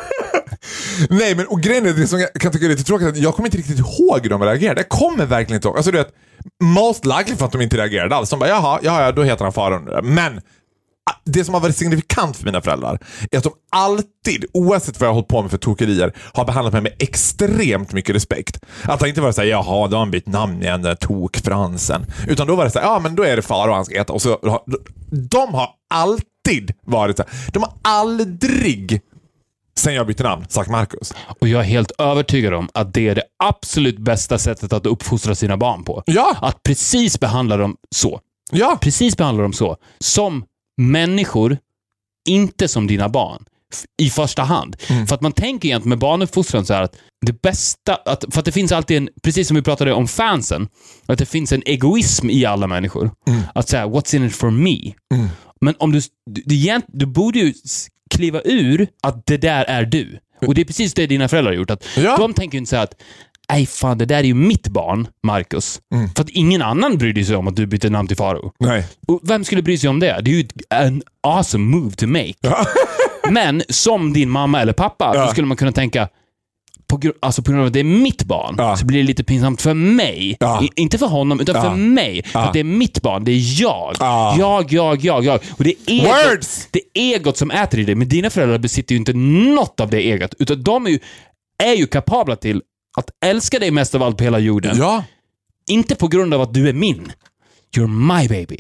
Nej, men och grejen är det som jag kan tycka är lite tråkigt, att jag kommer inte riktigt ihåg hur de reagerade. Jag kommer verkligen inte ihåg. Alltså du vet, most likely för att de inte reagerade alls. De bara, jaha, jaha, då heter han Faron. Men det som har varit signifikant för mina föräldrar är att de alltid, oavsett vad jag har hållit på med för tokerier, har behandlat mig med extremt mycket respekt. Att det inte var så här, jaha, då har han bytt namn igen, den där tokfransen. Utan då var det så här, ja men då är det Faro han ska heta. Och så, de har alltid varit så här, de har aldrig, sen jag bytte namn, sagt Marcus. Och jag är helt övertygad om att det är det absolut bästa sättet att uppfostra sina barn på. Ja. Att precis behandla dem så. Ja. Precis behandla dem så. Som människor, inte som dina barn. I första hand. Mm. För att man tänker egentligen med barnuppfostran så här att det bästa, att, för att det finns alltid en, precis som vi pratade om fansen, att det finns en egoism i alla människor. Mm. Att säga, what's in it for me? Mm. Men om du, du, du, du borde ju kliva ur att det där är du. Och det är precis det dina föräldrar har gjort. Att ja. De tänker ju inte så här att nej fan, det där är ju mitt barn, Marcus. Mm. För att ingen annan bryr sig om att du byter namn till Faro. Nej. Och vem skulle bry sig om det? Det är ju en awesome move to make. Ja. Men som din mamma eller pappa ja. Så skulle man kunna tänka på, alltså på grund av att det är mitt barn ja. Så blir det lite pinsamt för mig. Ja. I, inte för honom, utan ja. För mig. Ja. För att det är mitt barn, det är jag. Ja. Jag, jag, jag, jag. Och det är egot, det är egot som äter i dig. Men dina föräldrar besitter ju inte något av det egot. Utan de är ju, är ju kapabla till att älska dig mest av allt på hela jorden. Ja. Inte på grund av att du är min. You're my baby.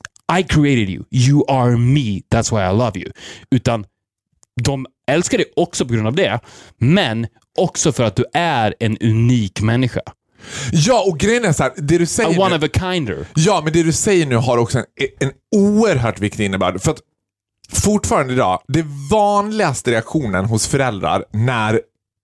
I created you. You are me. That's why I love you. Utan de älskar dig också på grund av det. Men också för att du är en unik människa. Ja, och grejen är så här, det du säger a one nu, of a kinder. Ja, men det du säger nu har också en, en oerhört viktig innebörd. För att fortfarande idag, det vanligaste reaktionen hos föräldrar när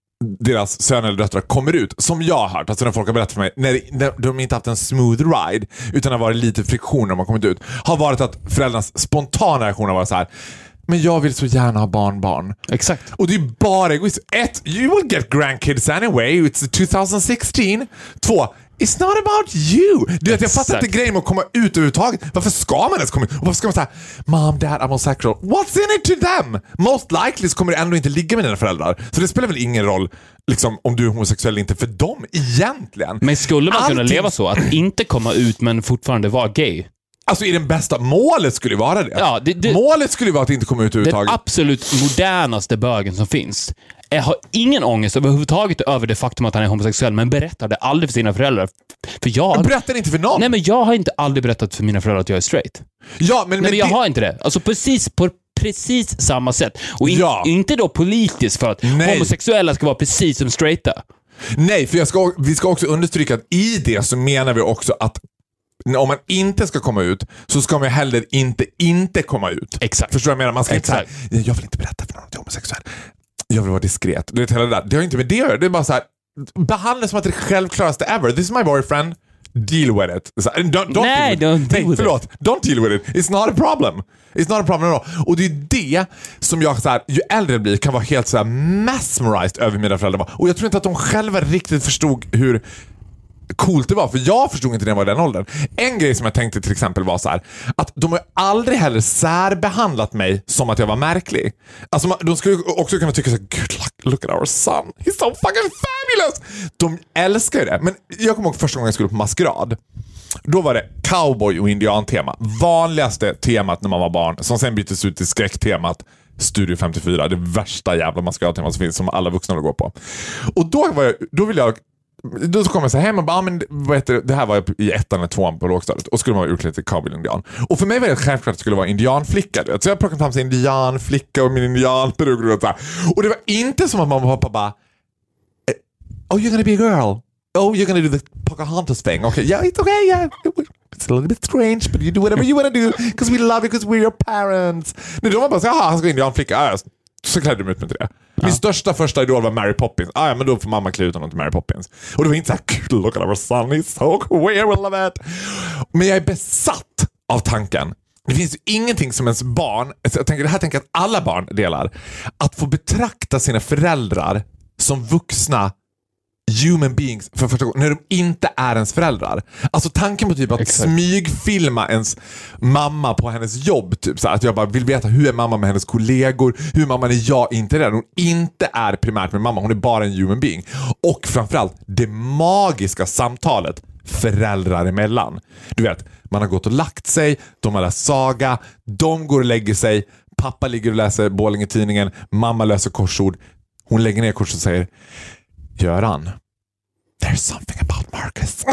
deras söner eller döttrar kommer ut, som jag har hört, alltså när folk har berättat för mig, när, när de inte haft en smooth ride utan har varit lite friktion när de har kommit ut, har varit att föräldrarnas spontana reaktion har varit så här: men jag vill så gärna ha barnbarn. Exakt. Och det är bara egoism. Ett, you will get grandkids anyway. It's twenty sixteen. Två, it's not about you. Du vet, jag fattar inte grejen med att komma ut överhuvudtaget. Varför ska man ens komma ut? Och varför ska man säga, mom, dad, I'm homosexual. What's in it to them? Most likely så kommer du ändå inte ligga med dina föräldrar. Så det spelar väl ingen roll liksom, om du är homosexuell eller inte för dem egentligen. Men skulle man Allting... kunna leva så? Att inte komma ut men fortfarande vara gay? Alltså i den bästa målet skulle vara det. Ja, det, det målet skulle vara att inte komma ut överhuvudtaget. Den absolut modernaste bögen som finns. Jag har ingen ångest överhuvudtaget över det faktum att han är homosexuell, men berättar det aldrig för sina föräldrar. För jag berättar inte för någon. Nej, men jag har inte aldrig berättat för mina föräldrar att jag är straight. Ja, men, Nej, men men jag det... har inte det. Alltså precis på precis samma sätt. Och in, ja. inte då politiskt för att Nej. homosexuella ska vara precis som straighta. Nej, för jag ska, vi ska också understryka att i det så menar vi också att om man inte ska komma ut så ska man heller inte inte komma ut. Exakt. Förstår du vad jag menar? Man ska Exakt. inte säga, jag vill inte berätta för någon att jag är homosexuell. Jag vill vara diskret. Du vet, hela det där. Det har inte med det att göra. Det är bara så här, behandla som att det är det självklaraste ever. This is my boyfriend. deal with it. Så, don't, don't Nej, deal don't with, deal nej, with förlåt. it. Don't deal with it. It's not a problem. It's not a problem at all. Och det är det som jag så här, ju äldre jag blir kan vara helt så här mesmerized över mina föräldrar. Och jag tror inte att de själva riktigt förstod hur coolt det var, för jag förstod inte när jag var i den åldern. En grej som jag tänkte till exempel var så här, att de har aldrig heller särbehandlat mig som att jag var märklig. Alltså man, de skulle också kunna tycka så här, good luck, look at our son, he's so fucking fabulous. De älskar ju det. Men jag kommer ihåg första gången jag skulle på maskerad. Då var det cowboy och indian-tema. Vanligaste temat när man var barn, som sen byttes ut till skräcktemat Studio femtiofyra, det värsta jävla maskeradtemat som finns, som alla vuxna går på. Och då var jag, då vill jag Då kom jag så hem och bara, men vad heter det? Det här var jag i ettan eller tvåan på lågstadiet. Och skulle man vara utklädd till cowboy-indian. Och för mig var det självklart att det skulle vara indianflicka. Vet? Så jag plockade fram sig indianflicka och min indianperuk och så här. Och det var inte som att mamma och pappa bara, oh, you're gonna be a girl. Oh, you're gonna do the Pocahontas thing. Okay, yeah, it's okay, yeah. It's a little bit strange, but you do whatever you wanna do because we love you because we're your parents. Nu de var bara så här, han ska indianflicka. Ja, så klädde de ut mig till det. Min ja. största första idol var Mary Poppins. Ah, ja, men då får mamma klä ut honom till Mary Poppins. Och det var inte så här, look at our son, he's so queer, we love it. Men jag är besatt av tanken. Det finns ju ingenting som ens barn, jag tänker, det här tänker jag att alla barn delar. Att få betrakta sina föräldrar som vuxna human beings för första gången, när de inte är ens föräldrar. Alltså tanken på typ att Exakt. smygfilma ens mamma på hennes jobb, typ så här, att jag bara vill veta hur är mamma med hennes kollegor, hur mamma är jag inte är. Hon inte är primärt med mamma, hon är bara en human being. Och framförallt det magiska samtalet föräldrar emellan. Du vet, man har gått och lagt sig, de har läst saga, de går och lägger sig, pappa ligger och läser Borlänge-tidningen, mamma läser korsord, hon lägger ner korsord och säger, Göran, there's something about Marcus.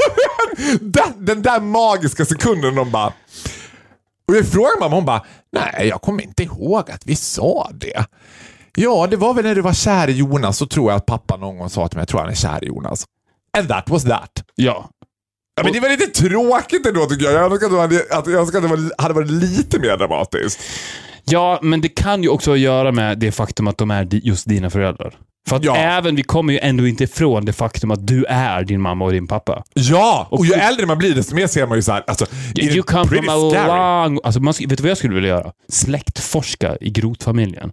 den, den där magiska sekunden de bara, och jag frågar mamma, hon bara, nej, jag kommer inte ihåg att vi sa det. Ja, det var väl när du var kär i Jonas, så tror jag att pappa någon gång sa till mig, jag tror han är kär i Jonas. And that was that. Ja. Ja, men det var lite tråkigt ändå, tycker jag. Jag önskar att det, hade, att, jag önskar att det hade varit lite mer dramatiskt. Ja, men det kan ju också göra med det faktum att de är just dina föräldrar. För att ja. även, vi kommer ju ändå inte ifrån det faktum att du är din mamma och din pappa. Ja, och, och ju äldre man blir desto mer ser man ju så här, alltså, you come from a long, alltså man, vet du vad jag skulle vilja göra? Släktforska i Groth-familjen.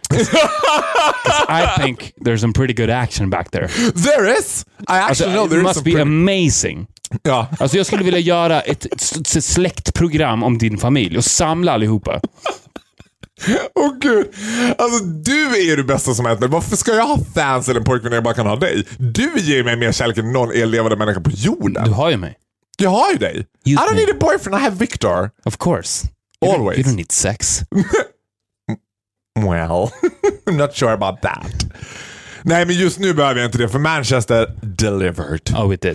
I think there's some pretty good action back there. There is. I actually alltså, know there it is must be pretty... amazing. Ja. Alltså jag skulle vilja göra ett, ett, ett släktprogram om din familj och samla allihopa. Åh oh, gud. Alltså du är det bästa som hänt mig. Varför ska jag ha fans eller en pojkvän när jag bara kan ha dig? Du ger mig mer kärlek än någon elevande människa på jorden. Du har ju mig. Jag har ju dig. Use I don't me. need a boyfriend, I have Victor. Of course. You Always. Don't, you don't need sex. Well, I'm not sure about that. Nej, men just nu behöver jag inte det, för Manchester delivered. Oh, it did.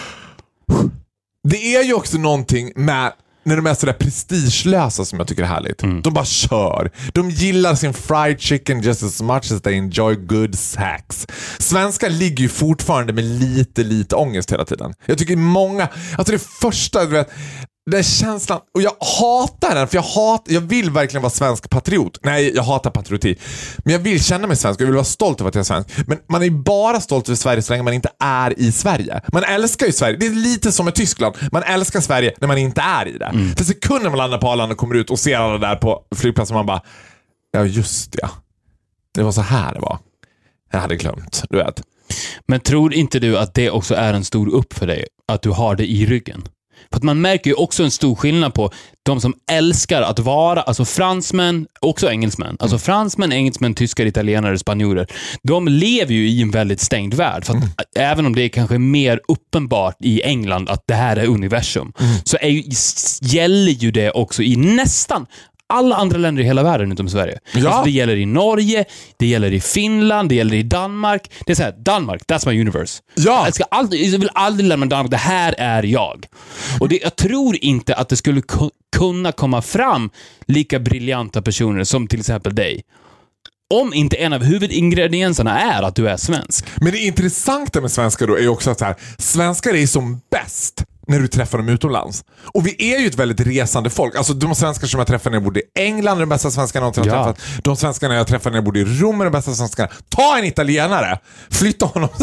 Det är ju också någonting med när de är sådär prestigelösa som jag tycker är härligt. Mm. De bara kör. De gillar sin fried chicken just as much as they enjoy good sex. Svenskar ligger ju fortfarande med lite, lite ångest hela tiden. Jag tycker många, alltså det första, du vet, den känslan, och jag hatar den, för jag hatar, jag vill verkligen vara svensk patriot. Nej, jag hatar patrioti. Men jag vill känna mig svensk, jag vill vara stolt över att jag är svensk. Men man är ju bara stolt över Sverige så länge man inte är i Sverige. Man älskar ju Sverige, det är lite som med Tyskland. Man älskar Sverige när man inte är i det. Mm. För sekunder man landar på Arlanda och kommer ut och ser alla där på flygplatsen, man bara, ja just ja, det var så här det var. Jag hade glömt, du vet. Men tror inte du att det också är en stor upp för dig, att du har det i ryggen? För att man märker ju också en stor skillnad på de som älskar att vara, alltså fransmän, också engelsmän. Alltså fransmän, engelsmän, tyskar, italienare, spanjorer. De lever ju i en väldigt stängd värld. För att mm. även om det är kanske mer uppenbart i England att det här är universum, mm. så är ju, gäller ju det också i nästan alla andra länder i hela världen utom Sverige. Ja. Alltså det gäller i Norge, det gäller i Finland, det gäller i Danmark. Det är så här, Danmark, that's my universe. Ja. Jag, ska aldrig, jag vill aldrig lämna Danmark, det här är jag. Och det, jag tror inte att det skulle ku- kunna komma fram lika briljanta personer som till exempel dig. Om inte en av huvudingredienserna är att du är svensk. Men det intressanta med svenskar då är ju också att så här, svenskar är som bäst när du träffar dem utomlands. Och vi är ju ett väldigt resande folk. Alltså de svenskar som jag träffade när jag bodde i England är de bästa svenskarna jag ja. träffat. De svenskarna jag träffade när jag bodde i Rom är de bästa svenskarna. Ta en italienare, flytta honom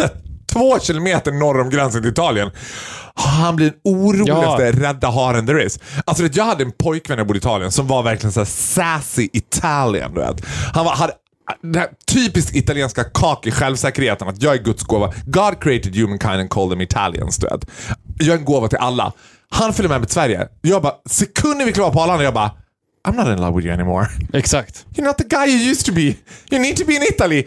två kilometer norr om gränsen till Italien. Han blir den oroligaste ja. rädda haren there is. Alltså vet, jag hade en pojkvän när jag bodde i Italien som var verkligen så här sassy Italian, du vet. Han var, hade den här typiskt italienska kaki självsäkerheten att jag är Guds gåva. God created humankind and called them Italians, du vet. Jag är en gåva till alla. Han följer med mig till Sverige. Jag bara, sekunder vi klarar på alla, jag bara, I'm not in love with you anymore. Exakt. You're not the guy you used to be. You need to be in Italy.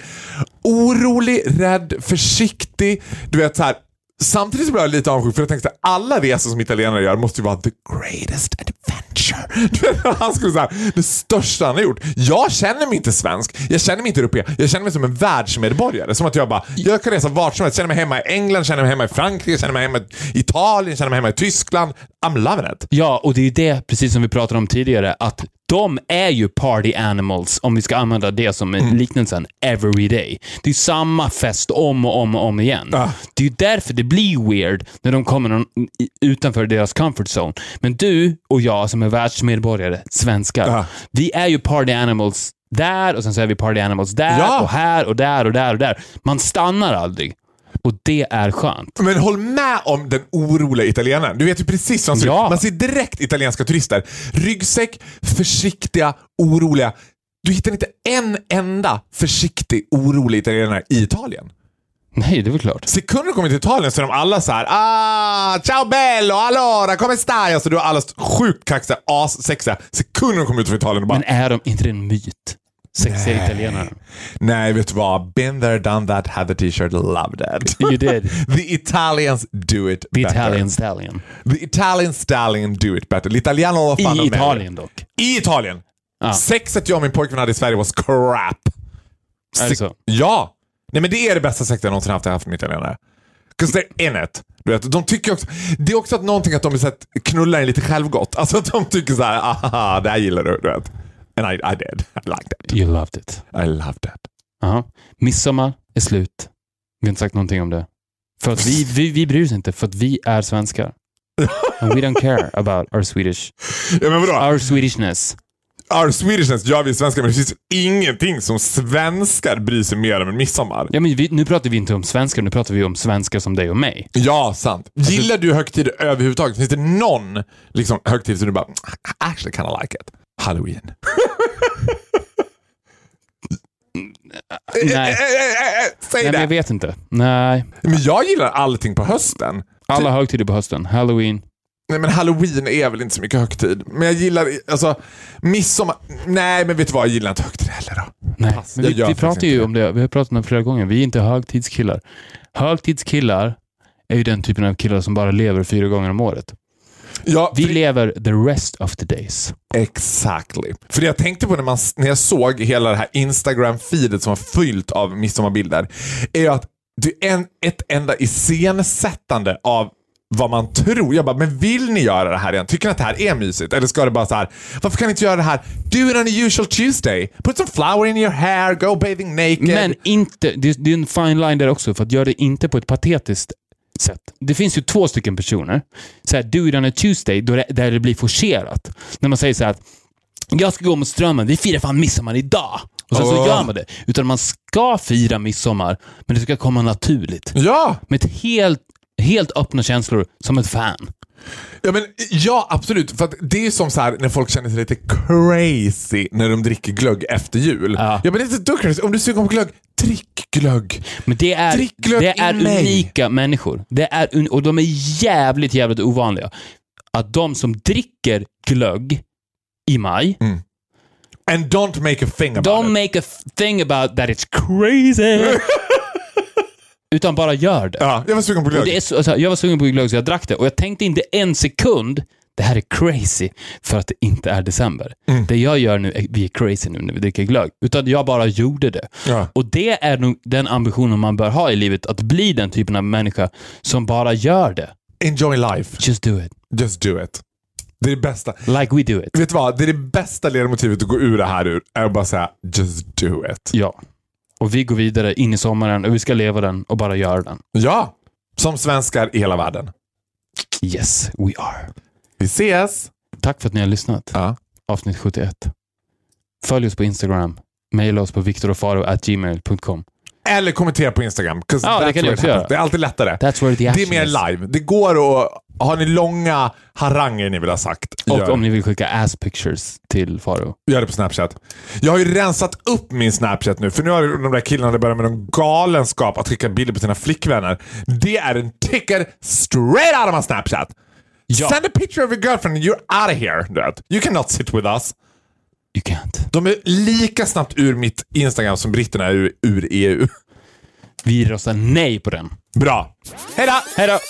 Orolig, rädd, försiktig. Du vet så här. Samtidigt så blev jag lite avundsjuk för jag tänkte att alla resor som italienare gör måste ju vara the greatest adventure. Du vet, han skulle säga det största han har gjort. Jag känner mig inte svensk. Jag känner mig inte europé. Jag känner mig som en världsmedborgare. Som att jag bara, jag kan resa vart som helst. Känner mig hemma i England, känner mig hemma i Frankrike, känner mig hemma i Italien, känner mig hemma i Tyskland. I'm loving it. Ja, och det är ju det, precis som vi pratade om tidigare, att de är ju party animals, om vi ska använda det som en mm. liknelsen, every day. Det är samma fest om och om och om igen. Ah. Det är ju därför det blir weird när de kommer någon, utanför deras comfort zone. Men du och jag som är världsmedborgare, svenskar, ah. vi är ju party animals där och sen så är vi party animals där ja. och här och där och där och där. Man stannar aldrig. Och det är skönt. Men håll med om den oroliga italienaren. Du vet ju precis vad ja. Man ser direkt italienska turister. Ryggsäck, försiktiga, oroliga. Du hittar inte en enda försiktig, orolig italienare i Italien. Nej, det är väl klart. Sekunder kommer till Italien så är de alla så här: ah, ciao bello, allora, come stai? Alltså du har alla sjukt kaxiga, as-sexiga. Sekunder kommer ut från Italien och bara... Men är de inte en myt? Sexiga italienare. Nej, vet du vad? Been there, done that, had the t-shirt, loved it. You did. The Italians do it The better. Italian stallion. The Italian stallion do it better. L'italiano I Italien dock. I Italien. Ah. Sexet jag och min pojkvän hade i Sverige was crap. Är det så? Ja. Nej, men det är det bästa sexet jag någonsin haft, haft med italienare. Because they're in it. Du vet, de tycker också, det är också att någonting att de vill säga knullar en lite självgott. Alltså att de tycker så här, aha, det här gillar du, du vet. And I, I did. I liked it. You loved it. I loved it. Ja. Midsommar är slut. Vi har inte sagt någonting om det. För att vi, vi, vi bryr oss inte, för att vi är svenskar. And we don't care about our Swedish. Ja, men vadå? Our Swedishness. Our Swedishness, ja vi är svenskar, men det finns ingenting som svenskar bryr sig mer om en midsommar. Ja, men vi, nu pratar vi inte om svenskar, nu pratar vi om svenskar som dig och mig. Ja, sant. Gillar du högtider överhuvudtaget? Finns det någon liksom, högtid som du bara, I actually kind of like it? Halloween. Nej. Säg Nej, det. jag vet inte. Nej. Men jag gillar allting på hösten. Alla högtider på hösten. Halloween. Nej, men Halloween är väl inte så mycket högtid. Men jag gillar, alltså, midsommar. Nej, men vet du vad? Jag gillar inte högtid heller då. Nej, men vi, vi pratar ju om det. Vi har pratat om det flera gånger. Vi är inte högtidskillar. Högtidskillar är ju den typen av killar som bara lever fyra gånger om året. Ja, vi lever the rest of the days. Exactly. För det jag tänkte på när, man, när jag såg hela det här Instagram-feedet som var fyllt av midsommarbilder är ju att det är en, ett enda iscensättande av vad man tror. Jag bara, men vill ni göra det här igen? Tycker ni att det här är mysigt? Eller ska det bara så här, varför kan ni inte göra det här? Do it on a usual Tuesday. Put some flour in your hair, go bathing naked. Men inte, det, det är en fine line där också, för att göra det inte på ett patetiskt sätt. Det finns ju två stycken personer. Så här, do it on a Tuesday, då det, där det blir forcerat. När man säger så här att jag ska gå mot strömmen, vi firar fan midsommar idag. Och sen oh. så gör man det. Utan man ska fira midsommar, men det ska komma naturligt. Ja! Med ett helt, helt öppna känslor som ett fan. Ja, men, ja, absolut. För att det är som så här när folk känner sig lite crazy när de dricker glögg efter jul. Ja, ja men det är inte crazy. Om du suger på glögg, drick glögg. Men det är, det är unika människor. Det är un- och de är jävligt, jävligt ovanliga. Att de som dricker glögg i maj mm. and don't make a thing about don't it. make a thing about that it's crazy. Utan bara gör det. Ja, jag var sugen på glögg. Och det är så, alltså, jag var sugen på glögg så jag drack det. Och jag tänkte inte en sekund, det här är crazy, för att det inte är december. Mm. Det jag gör nu, är, vi är crazy nu när vi dricker glögg. Utan jag bara gjorde det. Ja. Och det är nog den ambitionen man bör ha i livet, att bli den typen av människa som bara gör det. Enjoy life. Just do it. Just do it. Det är det bästa. Like we do it. Vet du vad? Det är det bästa ledmotivet att gå ur det här ur. Är att bara säga, just do it. Ja. Och vi går vidare in i sommaren och vi ska leva den och bara göra den. Ja, som svenskar i hela världen. Yes, we are. Vi ses. Tack för att ni har lyssnat. Ja. Avsnitt sjuttioett. Följ oss på Instagram. Maila oss på viktorofaro at gmail dot com. Eller kommentera på Instagram. Ja, det kan du också göra. Det är alltid lättare. That's where the det är mer is. live. Det går att... Har ni långa haranger ni vill ha sagt? Och gör. om ni vill skicka ass pictures till Faro. Gör det på Snapchat. Jag har ju rensat upp min Snapchat nu. För nu har de där killarna börjat med någon galenskap att skicka bilder på sina flickvänner. Det är en ticker straight out of my Snapchat. Ja. Send a picture of your girlfriend and you're out of here. Dude. You cannot sit with us. You can't. De är lika snabbt ur mitt Instagram som britterna är ur, ur E U. Vi röstar nej på den. Bra. Hej då! Hej då!